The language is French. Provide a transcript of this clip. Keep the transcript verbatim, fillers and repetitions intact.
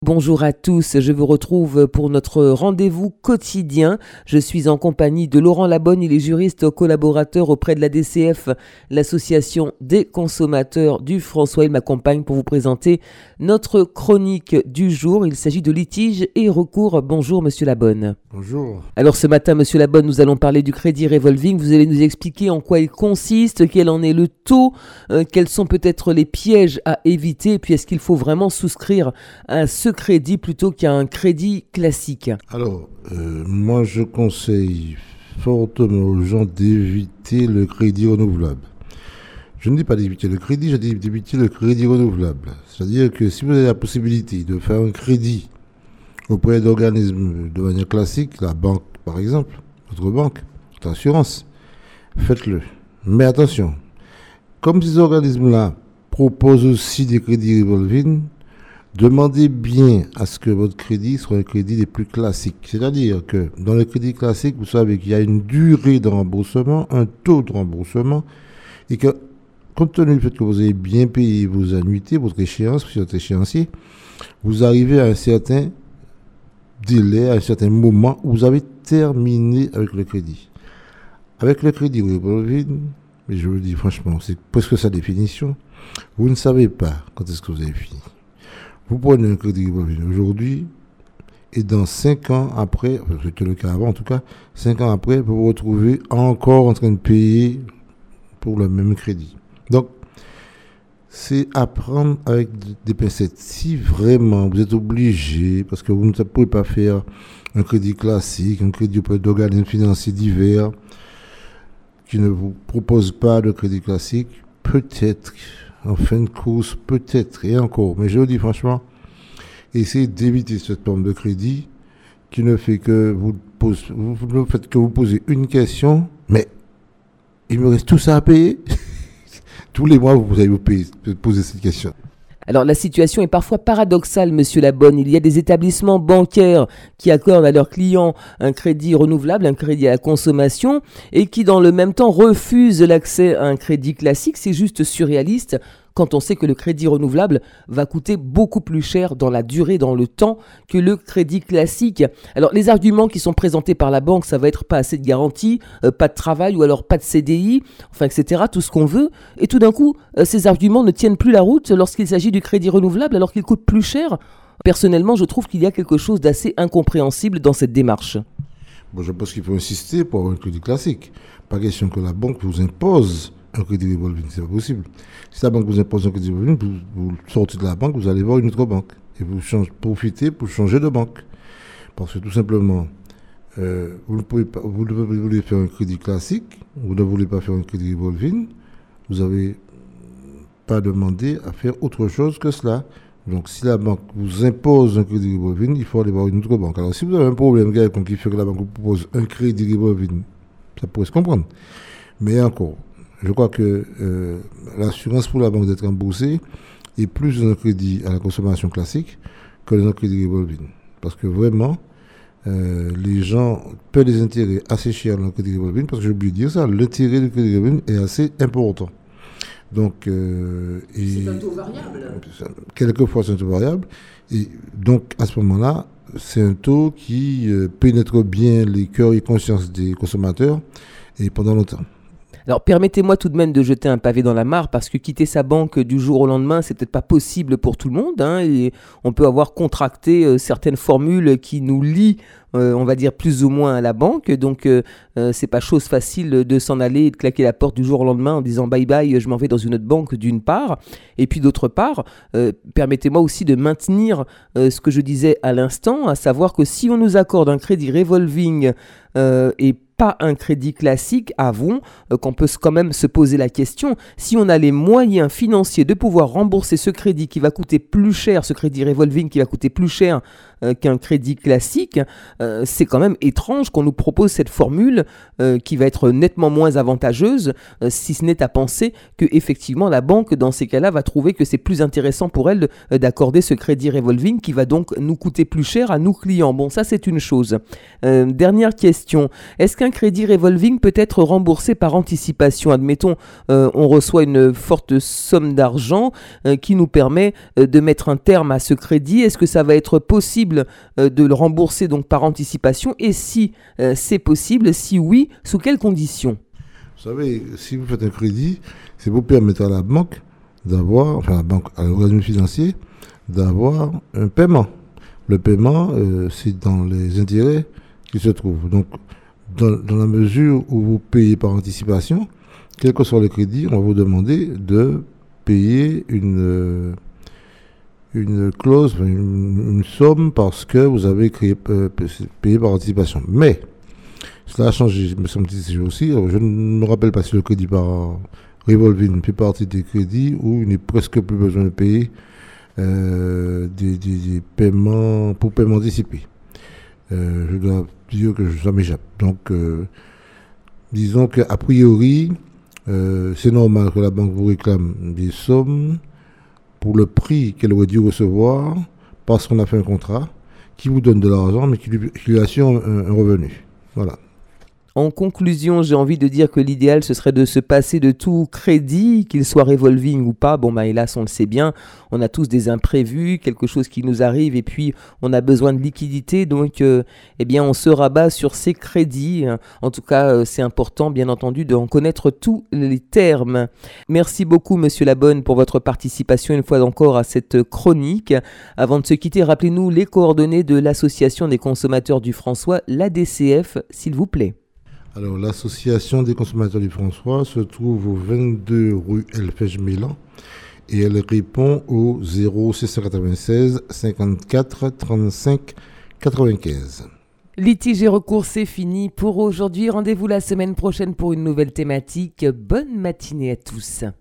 Bonjour à tous, je vous retrouve pour notre rendez-vous quotidien. Je suis en compagnie de Laurent Labonne, il est juriste collaborateur auprès de la D C F, l'association des consommateurs du François. Il m'accompagne pour vous présenter notre chronique du jour. Il s'agit de litiges et recours. Bonjour Monsieur Labonne. Bonjour. Alors ce matin Monsieur Labonne, nous allons parler du crédit revolving. Vous allez nous expliquer en quoi il consiste, quel en est le taux, euh, quels sont peut-être les pièges à éviter, et puis est-ce qu'il faut vraiment souscrire à ce crédit plutôt qu'à un crédit classique? Alors, euh, moi je conseille fortement aux gens d'éviter le crédit renouvelable. Je ne dis pas d'éviter le crédit, je dis d'éviter le crédit renouvelable. C'est-à-dire que si vous avez la possibilité de faire un crédit auprès d'organismes de manière classique, la banque par exemple, votre banque, votre assurance, faites-le. Mais attention, comme ces organismes-là proposent aussi des crédits revolving, demandez bien à ce que votre crédit soit un crédit des plus classiques. C'est-à-dire que dans le crédit classique, vous savez qu'il y a une durée de remboursement, un taux de remboursement, et que, compte tenu du fait que vous avez bien payé vos annuités, votre échéance, votre échéancier, vous arrivez à un certain délai, à un certain moment où vous avez terminé avec le crédit. Avec le crédit revolving, mais je vous le dis franchement, c'est presque sa définition, vous ne savez pas quand est-ce que vous avez fini. Vous prenez un crédit revolving aujourd'hui et dans cinq ans après, c'était le cas avant en tout cas, cinq ans après, vous vous retrouvez encore en train de payer pour le même crédit. Donc, c'est à prendre avec des pincettes. Si vraiment vous êtes obligé, parce que vous ne pouvez pas faire un crédit classique, un crédit auprès d'organismes financiers divers qui ne vous proposent pas de crédit classique, peut-être en fin de course, peut-être, et encore, mais je vous dis franchement, essayez d'éviter cette forme de crédit qui ne fait que vous, pose, vous, ne faites que vous posez une question, mais il me reste tout ça à payer. Tous les mois, vous allez vous payer, poser cette question. Alors la situation est parfois paradoxale, Monsieur Labonne. Il y a des établissements bancaires qui accordent à leurs clients un crédit renouvelable, un crédit à la consommation, et qui dans le même temps refusent l'accès à un crédit classique. C'est juste surréaliste quand on sait que le crédit renouvelable va coûter beaucoup plus cher dans la durée, dans le temps, que le crédit classique. Alors les arguments qui sont présentés par la banque, ça va être pas assez de garantie, euh, pas de travail ou alors pas de C D I, enfin et cetera, tout ce qu'on veut. Et tout d'un coup, euh, ces arguments ne tiennent plus la route lorsqu'il s'agit du crédit renouvelable alors qu'il coûte plus cher. Personnellement, je trouve qu'il y a quelque chose d'assez incompréhensible dans cette démarche. Bon, je pense qu'il faut insister pour avoir un crédit classique. Pas question que la banque vous impose un crédit revolving, c'est pas possible. Si la banque vous impose un crédit revolving, vous, vous sortez de la banque, vous allez voir une autre banque. Et vous change, profitez pour changer de banque. Parce que tout simplement, euh, vous ne pouvez pas, vous ne voulez faire un crédit classique, vous ne voulez pas faire un crédit revolving, vous n'avez pas demandé à faire autre chose que cela. Donc si la banque vous impose un crédit revolving, il faut aller voir une autre banque. Alors si vous avez un problème qui fait que la banque vous propose un crédit revolving, ça pourrait se comprendre. Mais encore, je crois que euh, l'assurance pour la banque d'être remboursée est plus un crédit à la consommation classique que un crédit revolving. Parce que vraiment, euh, les gens paient des intérêts assez chers dans le crédit revolving, parce que j'ai oublié de dire ça, l'intérêt du crédit revolving est assez important. Donc, euh, c'est un taux variable. Quelquefois, c'est un taux variable. Et donc, à ce moment-là, c'est un taux qui euh, pénètre bien les cœurs et consciences des consommateurs et pendant longtemps. Alors permettez-moi tout de même de jeter un pavé dans la mare, parce que quitter sa banque du jour au lendemain, c'est peut-être pas possible pour tout le monde, hein, et on peut avoir contracté euh, certaines formules qui nous lient, euh, on va dire plus ou moins à la banque, donc euh, euh, c'est pas chose facile de s'en aller et de claquer la porte du jour au lendemain en disant bye bye, je m'en vais dans une autre banque d'une part, et puis d'autre part, euh, permettez-moi aussi de maintenir euh, ce que je disais à l'instant, à savoir que si on nous accorde un crédit revolving euh, et pas un crédit classique, avouons euh, qu'on peut quand même se poser la question, si on a les moyens financiers de pouvoir rembourser ce crédit qui va coûter plus cher, ce crédit revolving qui va coûter plus cher euh, qu'un crédit classique. Euh, c'est quand même étrange qu'on nous propose cette formule euh, qui va être nettement moins avantageuse, euh, si ce n'est à penser que effectivement la banque, dans ces cas-là, va trouver que c'est plus intéressant pour elle euh, d'accorder ce crédit revolving qui va donc nous coûter plus cher à nous clients. Bon, ça c'est une chose. Euh, dernière question. Est-ce qu'un crédit revolving peut être remboursé par anticipation ? Admettons, euh, on reçoit une forte somme d'argent euh, qui nous permet euh, de mettre un terme à ce crédit. Est-ce que ça va être possible euh, de le rembourser donc par anticipation ? Et si euh, c'est possible, si oui, sous quelles conditions ? Vous savez, si vous faites un crédit, c'est pour permettre à la banque d'avoir, enfin la banque, à l'organisme financier, d'avoir un paiement. Le paiement, euh, c'est dans les intérêts qui se trouvent. Donc, dans, dans la mesure où vous payez par anticipation, quel que soit le crédit, on va vous demander de payer une, une clause, une, une somme parce que vous avez créé, euh, payé par anticipation. Mais, cela a changé, me semble-t-il aussi. Alors, je ne me rappelle pas si le crédit par revolving fait partie des crédits où il n'est presque plus besoin de payer euh, des, des, des paiements pour paiement anticipé. Euh, je dois dire que ça m'échappe. Donc, euh, disons qu'a priori, euh, c'est normal que la banque vous réclame des sommes pour le prix qu'elle aurait dû recevoir parce qu'on a fait un contrat qui vous donne de l'argent mais qui lui, qui lui assure un, un revenu. Voilà. En conclusion, j'ai envie de dire que l'idéal, ce serait de se passer de tout crédit, qu'il soit revolving ou pas. Bon, bah, hélas, on le sait bien, on a tous des imprévus, quelque chose qui nous arrive et puis on a besoin de liquidité. Donc, euh, eh bien, on se rabat sur ces crédits. En tout cas, euh, c'est important, bien entendu, d'en connaître tous les termes. Merci beaucoup, Monsieur Labonne, pour votre participation une fois encore à cette chronique. Avant de se quitter, rappelez-nous les coordonnées de l'Association des consommateurs du François, l'A D C F, s'il vous plaît. Alors, l'association des consommateurs du François se trouve au vingt-deux rue Elfège-Mélan et elle répond au zéro six cent quatre-vingt-seize cinquante-quatre trente-cinq quatre-vingt-quinze. Litige et recours, c'est fini pour aujourd'hui. Rendez-vous la semaine prochaine pour une nouvelle thématique. Bonne matinée à tous.